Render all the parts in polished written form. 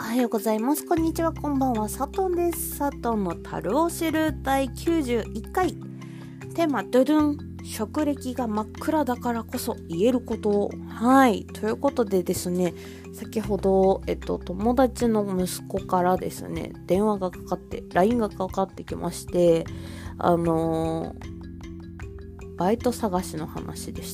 はようございます。こんにちは、こんばんは。佐藤です。佐藤の樽を知る第91回。テーマ、ドゥドゥン。職歴が真っ暗だからこそ言えること。はい。ということでですね、先ほど、友達の息子からですね、電話がかかって、LINE がかかってきまして、バイト探しの話でした。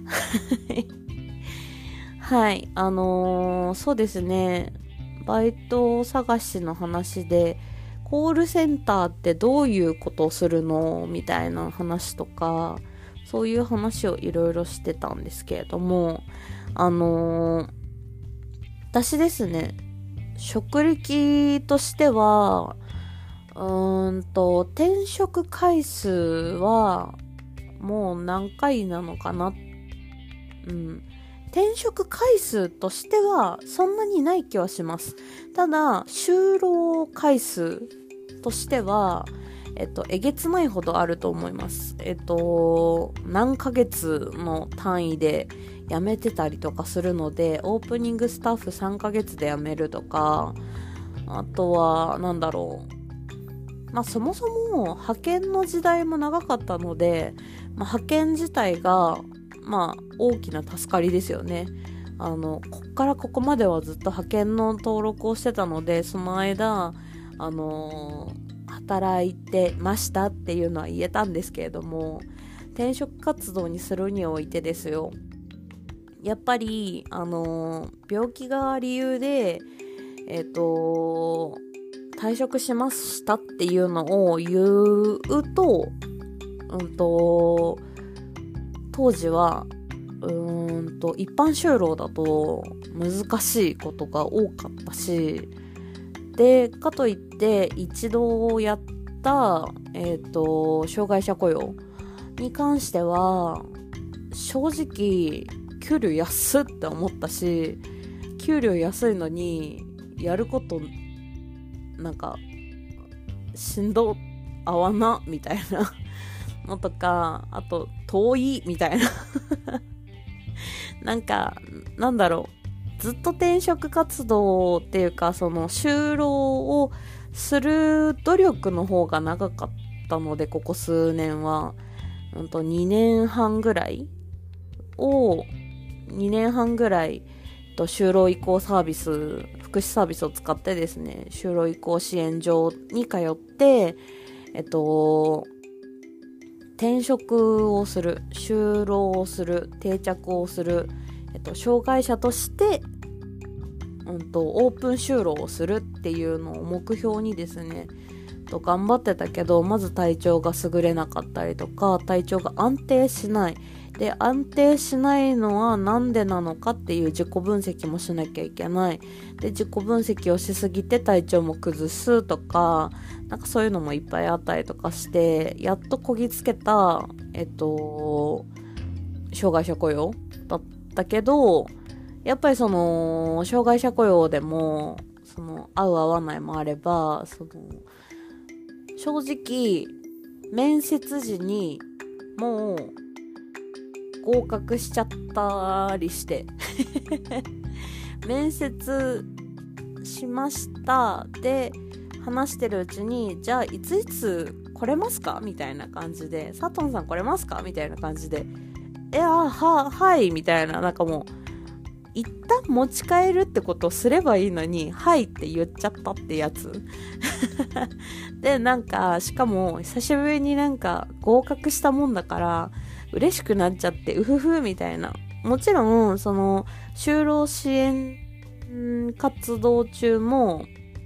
はい。そうですね。バイト探しの話で、コールセンターってどういうことをするのみたいな話とか、そういう話をいろいろしてたんですけれども、私ですね、職歴としては、転職回数は、もう何回なのかな。転職回数としてはそんなにない気はします。ただ就労回数としてはえげつないほどあると思います。何ヶ月の単位で辞めてたりとかするので、オープニングスタッフ3ヶ月で辞めるとか、あとはそもそも派遣の時代も長かったので、派遣自体が大きな助かりですよね。こっからここまではずっと派遣の登録をしてたので、その間、働いてましたっていうのは言えたんですけれども、転職活動にするにおいてですよ。やっぱり、病気が理由で、退職しましたっていうのを言うと、当時は一般就労だと難しいことが多かったし、でかといって一度やった障害者雇用に関しては正直給料安って思ったし、給料安いのにやることしんど合わなみたいなのとか、あと遠いみたいなずっと転職活動っていうか、その就労をする努力の方が長かったので、ここ数年は2年半ぐらい就労移行サービス、福祉サービスを使ってですね、就労移行支援所に通って転職をする、就労をする、定着をする、障害者として、オープン就労をするっていうのを目標にですね、頑張ってたけど、まず体調が優れなかったりとか、体調が安定しない。で、安定しないのはなんでなのかっていう自己分析もしなきゃいけない。で、自己分析をしすぎて体調も崩すとか、そういうのもいっぱいあったりとかして、やっとこぎつけた、障害者雇用だったけど、やっぱりその、障害者雇用でも、合う合わないもあれば、正直、面接時にもう合格しちゃったりして面接しましたで話してるうちに、じゃあいついつ来れますかみたいな感じで、佐藤さん来れますかみたいな感じで、はいみたいな、もう一旦持ち帰るってことをすればいいのに、はいって言っちゃったってやつで、しかも久しぶりに合格したもんだから嬉しくなっちゃって、うふふみたいな。もちろん就労支援活動中も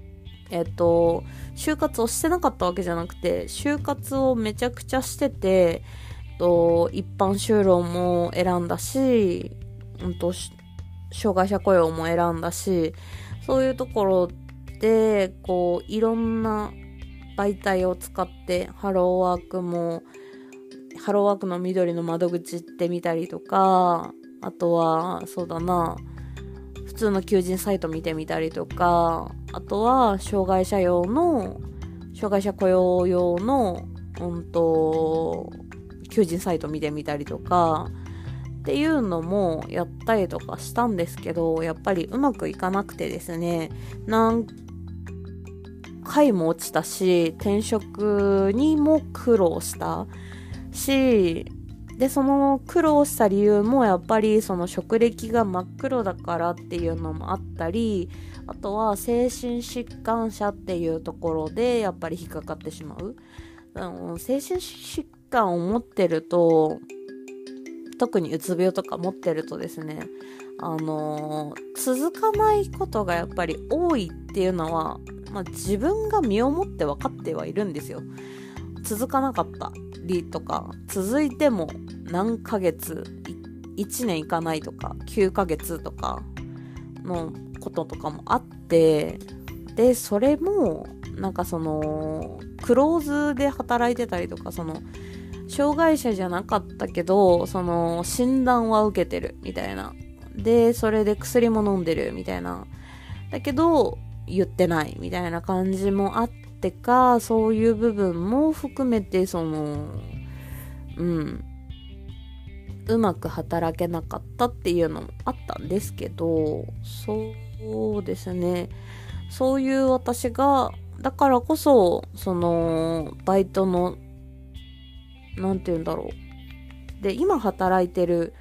就活をしてなかったわけじゃなくて、就活をめちゃくちゃしてて、一般就労も選んだし、障害者雇用も選んだし、そういうところでいろんな媒体を使ってハローワークの緑の窓口行ってみたりとか、あとは普通の求人サイト見てみたりとか、あとは障害者雇用用の求人サイト見てみたりとかっっていうのもやったりとかしたんですけど、やっぱりうまくいかなくてですね、何回も落ちたし、転職にも苦労したし、でその苦労した理由もやっぱりその職歴が真っ黒だからっていうのもあったり、あとは精神疾患者っていうところでやっぱり引っかかってしまう。精神疾患を持ってると、特にうつ病とか持ってるとですね、続かないことがやっぱり多いっていうのは、自分が身をもって分かってはいるんですよ。続かなかったりとか、続いても何ヶ月、1年いかないとか9ヶ月とかのこととかもあって、でそれもなんかそのクローズで働いてたりとか、その障害者じゃなかったけどその診断は受けてるみたいな、でそれで薬も飲んでるみたいな、だけど言ってないみたいな感じもあってか、そういう部分も含めてそのうまく働けなかったっていうのもあったんですけど、そうですね、そういう私がだからこそそのバイトのなんて言うんだろう、で今働いてる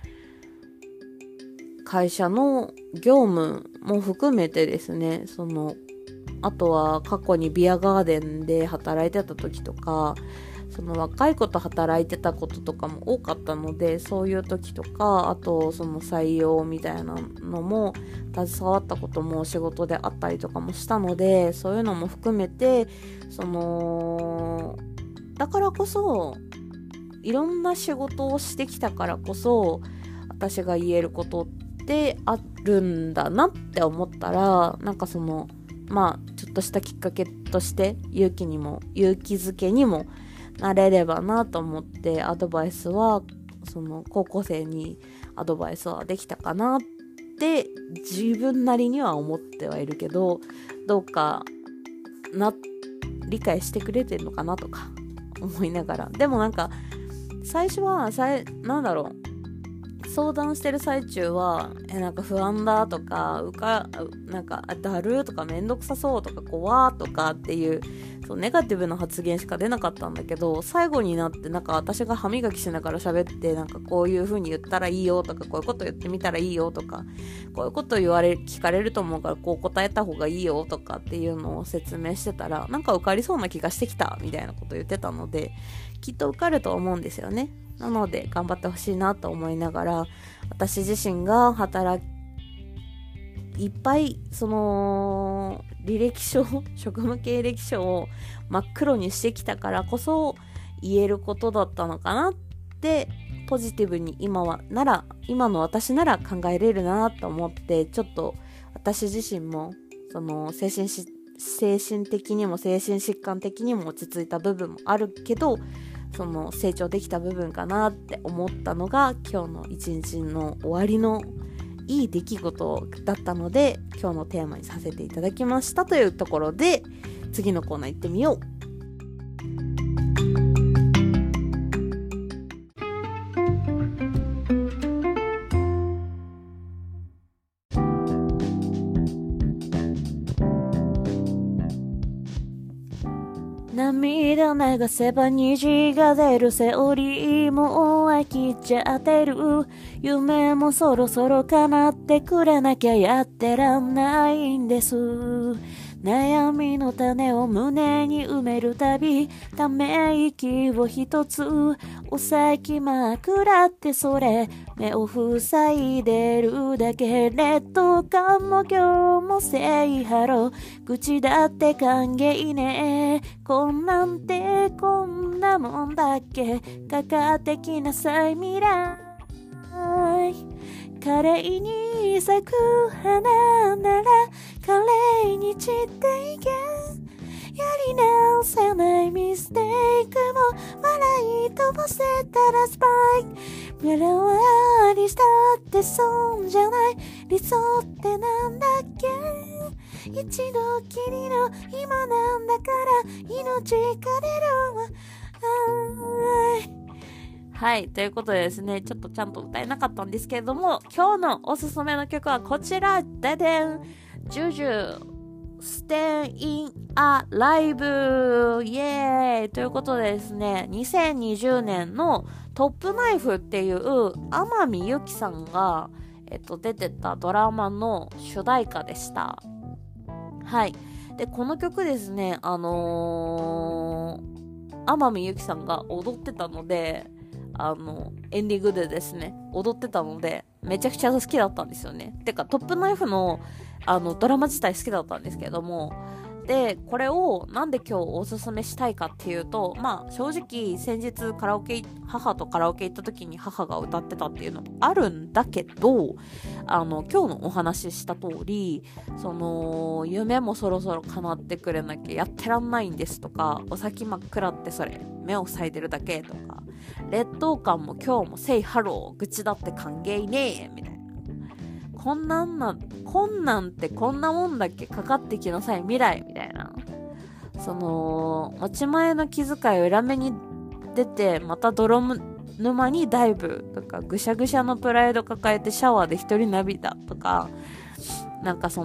会社の業務も含めてですね、そのあとは過去にビアガーデンで働いてた時とか、その若い子と働いてたこととかも多かったので、そういう時とか、あとその採用みたいなのも携わったことも仕事であったりとかもしたので、そういうのも含めてそのだからこそいろんな仕事をしてきたからこそ私が言えることってあるんだなって思ったら、なんかそのちょっとしたきっかけとして勇気づけにもなれればなと思って、アドバイスはその高校生にアドバイスはできたかなって自分なりには思ってはいるけど、どうか理解してくれてるのかなとか思いながら、でもなんか最初はなんだろう、相談してる最中はなんか不安だとかなんかだるとかめんどくさそうとか怖とかっていうネガティブな発言しか出なかったんだけど、最後になってなんか私が歯磨きしながら喋って、なんかこういう風に言ったらいいよとか、こういうこと言ってみたらいいよとか、こういうこと聞かれると思うからこう答えた方がいいよとかっていうのを説明してたら、なんか受かりそうな気がしてきたみたいなこと言ってたので、きっと受かると思うんですよね。なので頑張ってほしいなと思いながら、私自身がいっぱいその職務経歴書を真っ黒にしてきたからこそ言えることだったのかなって、ポジティブに今の私なら考えれるなと思って、ちょっと私自身もその精神的にも精神疾患的にも落ち着いた部分もあるけど、その成長できた部分かなって思ったのが今日の一日の終わりのいい出来事だったので、今日のテーマにさせていただきましたというところで、次のコーナー行ってみよう。涙流せば虹が出る、セオリーも飽きちゃってる、夢もそろそろ叶ってくれなきゃやってらんないんです。悩みの種を胸に埋めるたび、ため息を一つお先枕ってそれ目を塞いでるだけ、劣等感も今日もせいハロ、口だって歓迎ね、こんなんてこんなもんだっけ、かかってきなさい未来、華麗に咲く花なら華麗に散っていけ、やり直せないミステイクも笑い飛ばせたらスパイク、笑わにしたって損じゃない、理想ってなんだっけ、一度きりの今なんだから命かれるわ、 はい。ということでですね、ちょっとちゃんと歌えなかったんですけれども、今日のおすすめの曲はこちら、ででん、JUJU Stay in Alive イエーイということでですね、2020年のトップナイフっていう天海祐希さんが、出てたドラマの主題歌でした。はい。で、この曲ですね、天海祐希さんが踊ってたので、エンディングでですね、踊ってたので、めちゃくちゃ好きだったんですよね。てか、トップナイフの、ドラマ自体好きだったんですけども、で、これをなんで今日おすすめしたいかっていうと、まあ、正直、先日母とカラオケ行った時に母が歌ってたっていうのもあるんだけど、今日のお話しした通り、夢もそろそろ叶ってくれなきゃやってらんないんですとか、お先真っ暗ってそれ、目を塞いでるだけとか、劣等感も今日もセイハロー、愚痴だって歓迎ねえ、みたいな。こんなんってこんなもんだっけ、かかってきなさい未来みたいな。持ち前の気遣いを裏目に出て、また泥沼にダイブとか、ぐしゃぐしゃのプライド抱えてシャワーで一人涙とか、なんか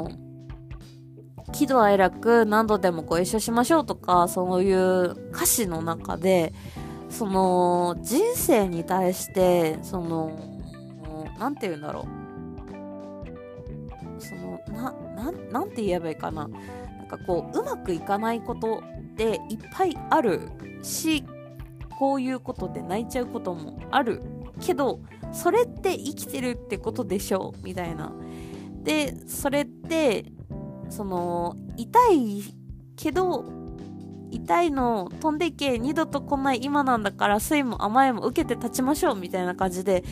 喜怒哀楽何度でもご一緒しましょうとか、そういう歌詞の中で、人生に対して、なんて言うんだろう。なんて言えばいいかな。なんかこう、うまくいかないことっていっぱいあるし、こういうことで泣いちゃうこともあるけど、それって生きてるってことでしょみたいな。で、それって、痛いけど、痛いの飛んでいけ、二度と来ない今なんだから、酸いも甘いも受けて立ちましょうみたいな感じで、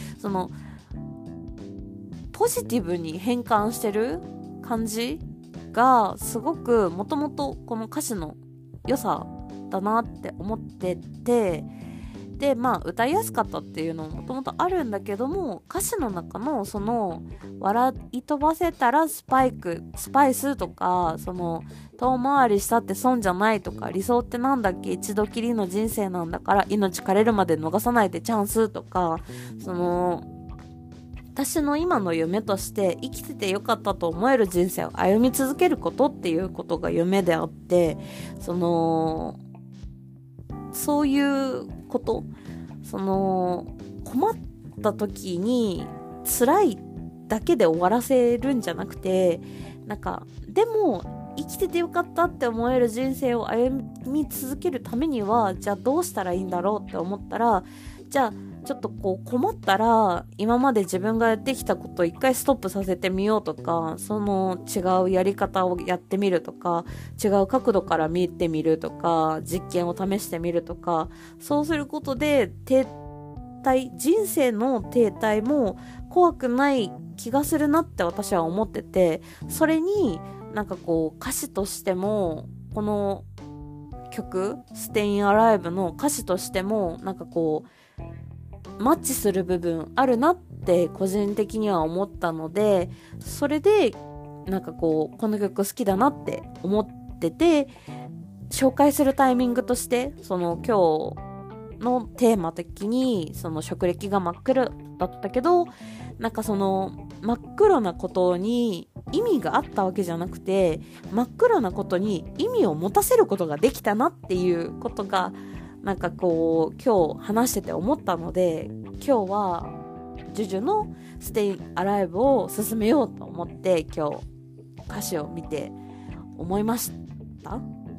ポジティブに変換してる感じがすごくもともとこの歌詞の良さだなって思ってて、でまあ歌いやすかったっていうのももともとあるんだけども、歌詞の中の笑い飛ばせたらスパイスとか、遠回りしたって損じゃないとか、理想ってなんだっけ、一度きりの人生なんだから命枯れるまで逃さないでチャンスとか、私の今の夢として生きててよかったと思える人生を歩み続けることっていうことが夢であって、そういうこと、困った時に辛いだけで終わらせるんじゃなくて、でも生きててよかったって思える人生を歩み続けるためには、じゃあどうしたらいいんだろうって思ったら、じゃあちょっとこう困ったら今まで自分がやってきたことを一回ストップさせてみようとか、違うやり方をやってみるとか、違う角度から見てみるとか、実験を試してみるとか、そうすることで人生の停滞も怖くない気がするなって私は思ってて、それに歌詞としてもこの曲Stay in Aliveの歌詞としてもマッチする部分あるなって個人的には思ったので、それでこの曲好きだなって思ってて、紹介するタイミングとして今日のテーマ的に職歴が真っ黒だったけど、真っ黒なことに意味があったわけじゃなくて、真っ黒なことに意味を持たせることができたなっていうことが今日話してて思ったので、今日はJUJUのStay Alive を進めようと思って今日歌詞を見て思いました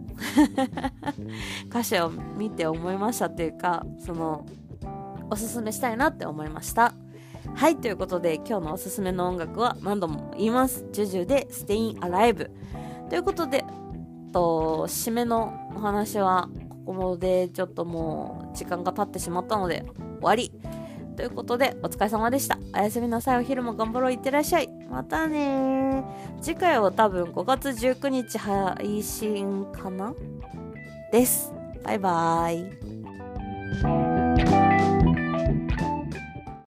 歌詞を見て思いましたっていうか、おすすめしたいなって思いました。はい、ということで今日のおすすめの音楽は何度も言います。JUJUでStay in Aliveということで、締めのお話はここでちょっともう時間が経ってしまったので終わりということで、お疲れ様でした。おやすみなさい。お昼も頑張ろう。いってらっしゃい。またね。次回は多分5月19日配信かなです。バイバーイ。